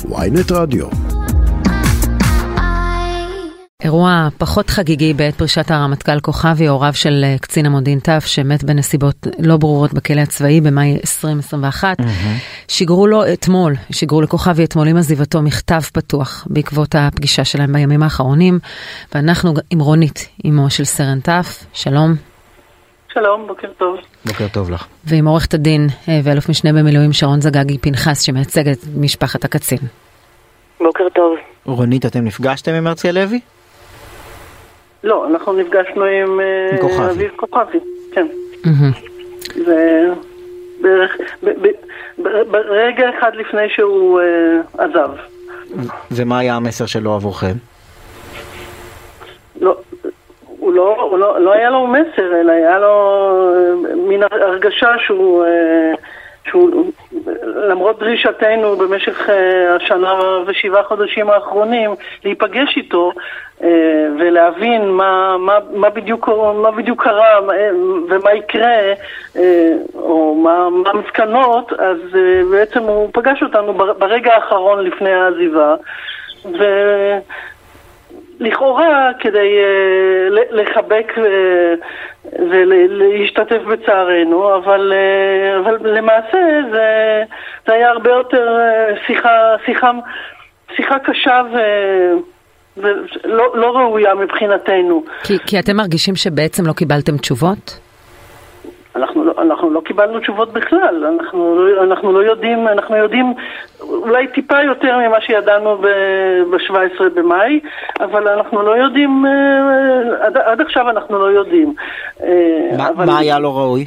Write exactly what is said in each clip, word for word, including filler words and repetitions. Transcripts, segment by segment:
וויינט רדיו. אירוע פחות חגיגי בעת פרישת הרמטכ"ל כוכבי, הוריו של קצין המודיעין תף שמת בנסיבות לא ברורות בכלא הצבאי במאי עשרים עשרים ואחת. Mm-hmm. שיגרו לו אתמול, שיגרו לכוכבי אתמול עם עזיבתו מכתב פתוח בעקבות הפגישה שלהם בימים האחרונים, ואנחנו עם רונית, אמו של סרן תף. שלום. שלום, בוקר טוב. בוקר טוב לך. ועם עורכת הדין ואלוף משנה במילואים שרון זגגי פנחס שמייצגת משפחת הקצין. בוקר טוב. רונית, אתם נפגשתם עם הרצי הלוי? לא, אנחנו נפגשנו עם אביב כוכבי, כן. זה בערך, ברגע אחד לפני שהוא עזב. ומה היה המסר שלו עבורכם? לא, הוא לא, הוא לא, לא היה לו מסר, אלא היה לו מין הרגשה שהוא, שהוא למרות דרישתנו במשך השנה ושבעה חודשים האחרונים להיפגש איתו ולהבין מה, מה, מה בדיוק, מה בדיוק קרה ומה יקרה או מה, מה המסקנות, אז בעצם הוא פגש אותנו ברגע האחרון לפני העזיבה, ולכאורה כדי לחבק ולהשתתף בצערנו, אבל, אבל למעשה זה, זה היה הרבה יותר שיחה, שיחה, שיחה קשה ו... ולא לא ראויה מבחינתנו. כי, כי אתם מרגישים שבעצם לא קיבלתם תשובות? אנחנו לא, אנחנו לא קיבלנו תשובות בכלל. אנחנו, אנחנו לא יודעים, אנחנו יודעים אולי טיפה יותר ממה שידענו ב-שבעה עשר במאי, אבל אנחנו לא יודעים, עד, עד עכשיו אנחנו לא יודעים. מה, אבל... מה היה לא ראוי?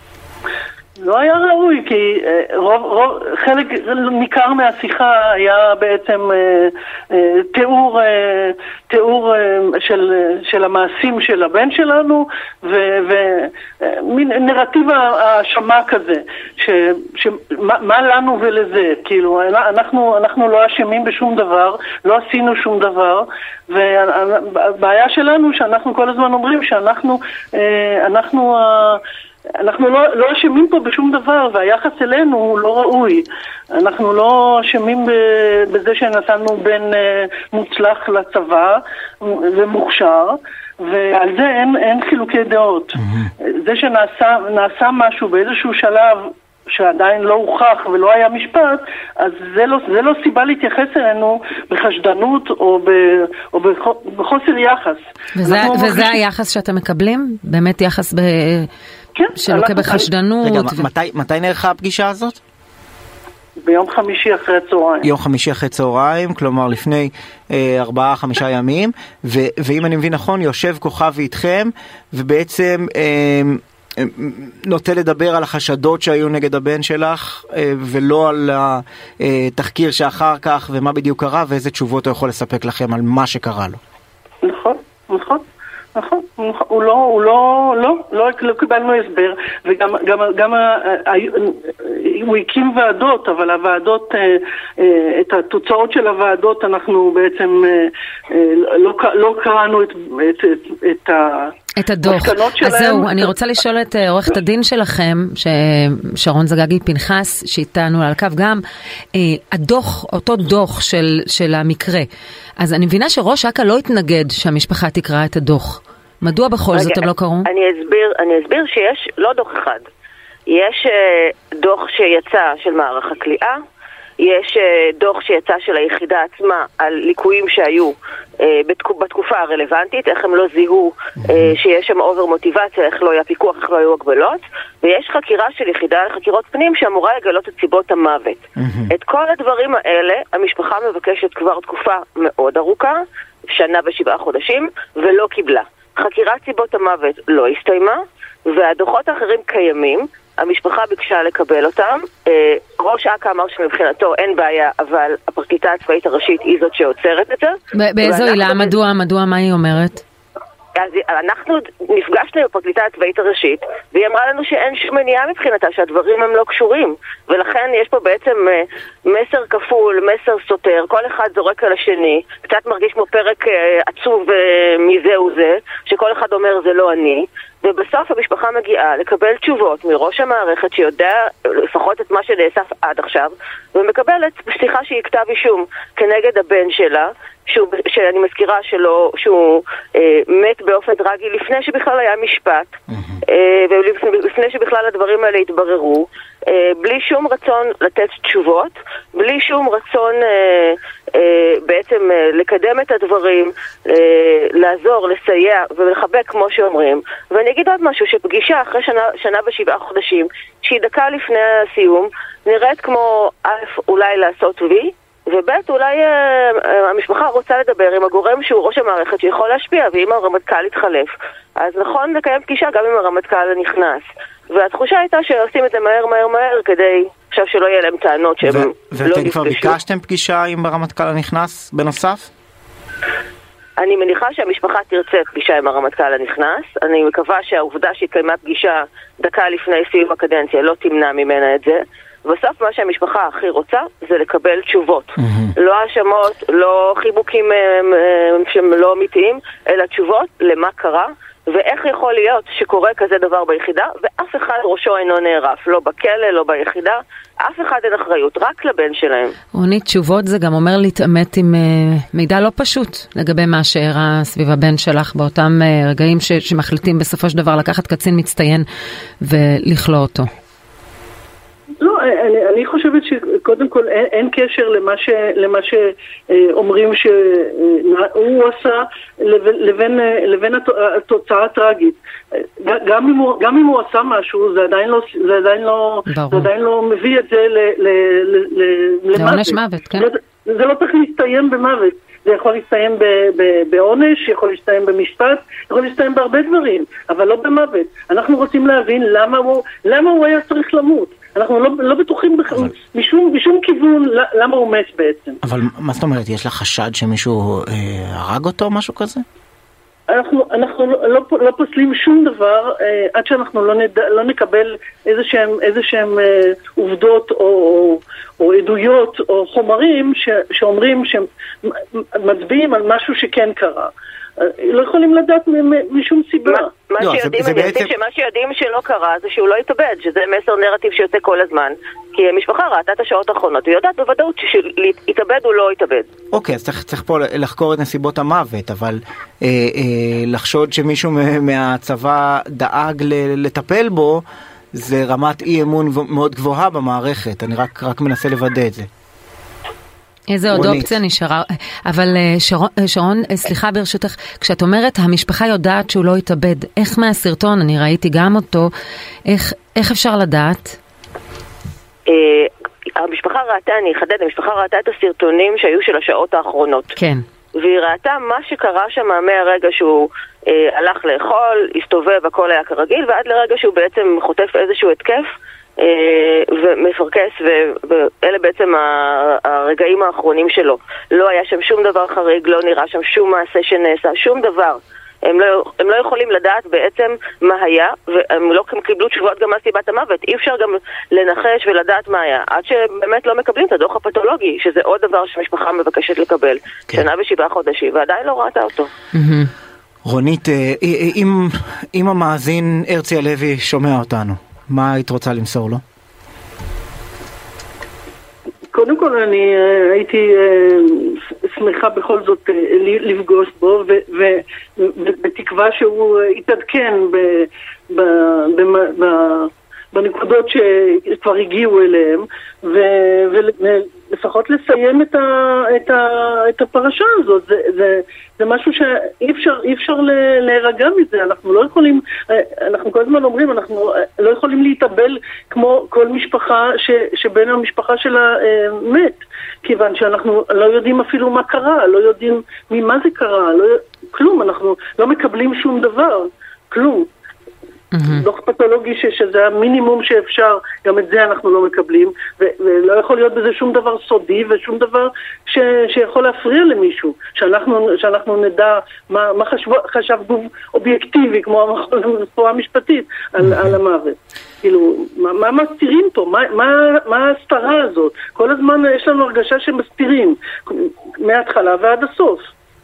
לא היה ראוי, כי רוב, רוב, חלק ניכר מהשיחה היה בעצם אה, אה, תיאור, אה, תיאור אה, של, של המעשים של הבן שלנו, ומין נרטיב האשמה כזה, ש, ש, מה, מה לנו ולזה, כאילו, אנחנו, אנחנו לא אשמים בשום דבר, לא עשינו שום דבר, והבעיה שלנו שאנחנו כל הזמן אומרים שאנחנו, אה, אנחנו, אה, אנחנו לא, לא אשמים פה בשום דבר, והיחס אלינו הוא לא ראוי. אנחנו לא אשמים בזה שנתנו בן מוצלח לצבא ומוכשר, ועל זה אין, אין חילוקי דעות. Mm-hmm. זה שנעשה נעשה משהו באיזשהו שלב שעדיין לא הוכח ולא היה משפט, אז זה לא, זה לא סיבה להתייחס אלינו בחשדנות או, ב, או בחוסר יחס. וזה, וזה היחס שאתם מקבלים? באמת יחס ב... כן, שלוקה בחשדנות. רגע, ו... מתי, מתי נערכה הפגישה הזאת? ביום חמישי אחרי צהריים. יום חמישי אחרי צהריים, כלומר לפני אה, ארבעה, חמישה ימים, ו, ואם אני מבין נכון, יושב כוכבי איתכם, ובעצם אה, אה, נוטה לדבר על החשדות שהיו נגד הבן שלך, אה, ולא על התחקיר שאחר כך, ומה בדיוק קרה, ואיזה תשובות הוא יכול לספק לכם על מה שקרה לו. נכון, נכון. נכון, הוא לא, הוא לא, לא, לא, לא קיבלנו הסבר, וגם, גם, גם, הוא הקים ועדות, אבל הוועדות, את התוצאות של הוועדות אנחנו בעצם לא, לא קראנו את, את, את, את הדוח. אז זהו, אני רוצה לשאול את עורכת הדין שלכם, שרון זגגי פנחס, שאיתנו על הקו גם, הדוח, אותו דוח של, של המקרה. אז אני מבינה שראש אכ"א לא התנגד שהמשפחה תקרא את הדוח. מדוע בכל זאת הם לא קראו? אני אסביר, אני אסביר שיש לא דוח אחד. יש uh, דוח שיצא של מערך הכליאה, יש uh, דוח שיצא של היחידה עצמה על ליקויים שהיו uh, בתקופ, בתקופה הרלוונטית, איך הם לא זיהו uh, שיש שם אובר מוטיבציה, איך לא היה פיקוח, איך לא היו הגבלות, ויש חקירה של יחידה לחקירות פנים שאמורה לגלות את סיבות המוות. את כל הדברים האלה המשפחה מבקשת כבר תקופה מאוד ארוכה, שנה ושבעה חודשים, ולא קיבלה. חקירת סיבות המוות לא הסתיימה, והדוחות האחרים קיימים, המשפחה ביקשה לקבל אותם, ראש אכ"א אמר שמבחינתו אין בעיה, אבל הפרקליטה הצבאית הראשית היא זאת שעוצרת את זה. באיזו עילה? מדוע? מדוע? מה היא אומרת? אז אנחנו נפגשנו עם הפרקליטה הצבאית הראשית, והיא אמרה לנו שאין שום מניעה מבחינתה, שהדברים הם לא קשורים, ולכן יש פה בעצם מסר כפול, מסר סותר, כל אחד זורק על השני, קצת מרגיש כמו פרק עצוב מזה וזה, שכל אחד אומר זה לא אני, ובסוף המשפחה מגיעה לקבל תשובות מראש המערכת שיודע לפחות את מה שנאסף עד עכשיו, ומקבלת שיחה שהיא כתב אישום כנגד הבן שלה, שהוא, שאני מזכירה שלו, שהוא אה, מת באופן טרגי לפני שבכלל היה משפט, mm-hmm. אה, ולפני שבכלל הדברים האלה התבררו, אה, בלי שום רצון לתת תשובות, בלי שום רצון אה, אה, בעצם אה, לקדם את הדברים, אה, לעזור, לסייע ולחבק כמו שאומרים. ואני אגיד עוד משהו, שפגישה אחרי שנה, שנה ושבעה חודשים, שהיא דקה לפני הסיום, נראית כמו א', אולי לעשות וי, ובית אולי אה, המשפחה רוצה לדבר עם הגורם שהוא ראש המערכת שיכול להשפיע, ואם הרמטכ"ל יתחלף אז נכון לקיים פגישה גם עם הרמטכ"ל הנכנס, והתחושה הייתה שעושים את זה מהר מהר מהר כדי עכשיו שלא יהיה להם טענות שהם לא נפגשו. ואתם כבר ביקשתם פגישה עם הרמטכ"ל הנכנס בנוסף? אני מניחה שהמשפחה תרצה פגישה עם הרמטכ"ל הנכנס. אני מקווה שהעובדה שהתקיימה פגישה דקה לפני סיום הקדנציה לא תמנע ממנה את זה. בסוף מה שהמשפחה הכי רוצה זה לקבל תשובות. Mm-hmm. לא האשמות, לא חיבוקים שהם לא אמיתיים, אלא תשובות למה קרה, ואיך יכול להיות שקורה כזה דבר ביחידה, ואף אחד ראשו אינו נערף, לא בכלא, לא ביחידה, אף אחד אין אחריות, רק לבן שלהם. רונית, תשובות זה גם אומר להתאמת עם uh, מידע לא פשוט, לגבי מה שאירע סביב הבן שלך, באותם uh, רגעים ש- שמחליטים בסופו של דבר לקחת קצין מצטיין ולכלוא אותו. לא, אני, אני חושבת שקודם כל אין, אין קשר למה, ש, למה שאומרים שהוא עשה לבין, לבין התוצאה הטרגית. גם אם הוא, גם אם הוא עשה משהו, זה עדיין לא, זה עדיין לא, זה עדיין לא מביא את זה ל, ל, ל, ל, למוות. לעונש מוות, כן. זה, זה לא צריך להסתיים במוות. זה יכול להסתיים בעונש, יכול להסתיים במשפט, יכול להסתיים בהרבה דברים, אבל לא במוות. אנחנו רוצים להבין למה הוא, למה הוא היה צריך למות. אנחנו לא, לא בטוחים בכלל, אבל... משום, משום כיוון למה הוא מת בעצם. אבל מה זאת אומרת, יש לך חשד שמישהו אה, הרג אותו או משהו כזה? אנחנו, אנחנו לא, לא, לא פוסלים שום דבר אה, עד שאנחנו לא, נד, לא נקבל איזה שהם, איזה שהם אה, עובדות או, או, או עדויות או חומרים ש, שאומרים שמצביעים על משהו שכן קרה. לא יכולים לדעת משום סיבה. מה שיודעים שלא קרה זה שהוא לא יתאבד, שזה מסר נרטיב שיוצא כל הזמן, כי המשפחה ראתה את השעות האחרונות ויודעת בוודאות שיתאבד הוא לא יתאבד. אוקיי, אז צריך פה לחקור את נסיבות המוות, אבל לחשוד שמישהו מהצבא דאג לטפל בו זה רמת אי אמון מאוד גבוהה במערכת. אני רק מנסה לוודא את זה. איזה עוד אופציה נשארה, אבל שרון, שרון, סליחה ברשותך, כשאת אומרת המשפחה יודעת שהוא לא יתאבד, איך מהסרטון, אני ראיתי גם אותו, איך, איך אפשר לדעת? המשפחה ראתה, אני אחדד, המשפחה ראתה את הסרטונים שהיו של השעות האחרונות. כן. והיא ראתה מה שקרה שם מהרגע שהוא אה, הלך לאכול, הסתובב, הכל היה כרגיל, ועד לרגע שהוא בעצם חוטף איזשהו התקף, ומפרקס, ואלה בעצם הרגעים האחרונים שלו. לא היה שם שום דבר חריג, לא נראה שם שום מעשה שנעשה, שום דבר. הם לא, הם לא יכולים לדעת בעצם מה היה, והם לא קיבלו תשובות גם מה סיבת המוות. אי אפשר גם לנחש ולדעת מה היה, עד שבאמת לא מקבלים את הדוח הפתולוגי, שזה עוד דבר שהמשפחה מבקשת לקבל. כן. שנה ושבעה חודשים, ועדיין לא ראתה אותו. רונית, אם, אם המאזין הרצי הלוי שומע אותנו, מה היית רוצה למסור לו? קודם כל אני הייתי שמחה בכל זאת לפגוש בו, ובתקווה שהוא יתעדכן בנקודות שכבר הגיעו אליהם, ולפחות לסיים את, ה, את, ה, את הפרשה הזאת. זה, זה, זה משהו שאי אפשר, אי אפשר להירגע מזה. אנחנו לא יכולים, אנחנו כל הזמן אומרים, אנחנו לא יכולים להתאבל כמו כל משפחה ש, שבין המשפחה שלה מת, כיוון שאנחנו לא יודעים אפילו מה קרה, לא יודעים ממה זה קרה, לא, כלום, אנחנו לא מקבלים שום דבר, כלום. דוח פתולוגי שזה המינימום שאפשר, גם את זה אנחנו לא מקבלים, ולא יכול להיות בזה שום דבר סודי ושום דבר שיכול להפריע למישהו, שאנחנו נדע מה חשב גוף אובייקטיבי, כמו הרפואה המשפטית על המוות. כאילו, מה מסתירים פה? מה ההסתרה הזאת? כל הזמן יש לנו הרגשה שמסתירים, מההתחלה ועד הסוף.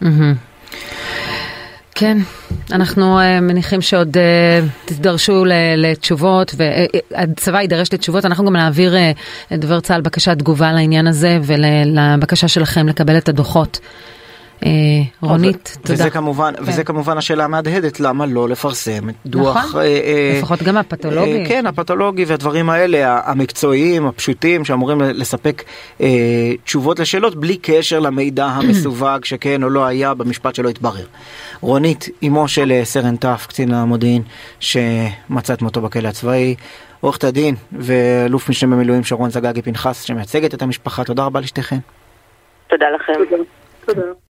כן, אנחנו מניחים שעוד תדרשו לתשובות, והצבא יידרש לתשובות. אנחנו גם נעביר לדובר צה"ל בקשת תגובה לעניין הזה, ולבקשה שלכם לקבל את הדוחות. רונית, תודה. וזה כמובן, וזה כמובן השאלה המהדהדת, למה לא לפרסם דוח... לפחות גם הפתולוגי. כן, הפתולוגי והדברים האלה, המקצועיים, הפשוטים, שאמורים לספק תשובות לשאלות, בלי קשר למידע המסווג שכן או לא היה במשפט שלא התברר. רונית, אמו של סרן תף, קצין המודיעין, שמצאת מותו בכלא הצבאי, עורכת הדין ואלוף משנה במילואים שרון זגגי פנחס, שמייצגת את המשפחה. תודה רבה לשתיכן. תודה לכם. תודה.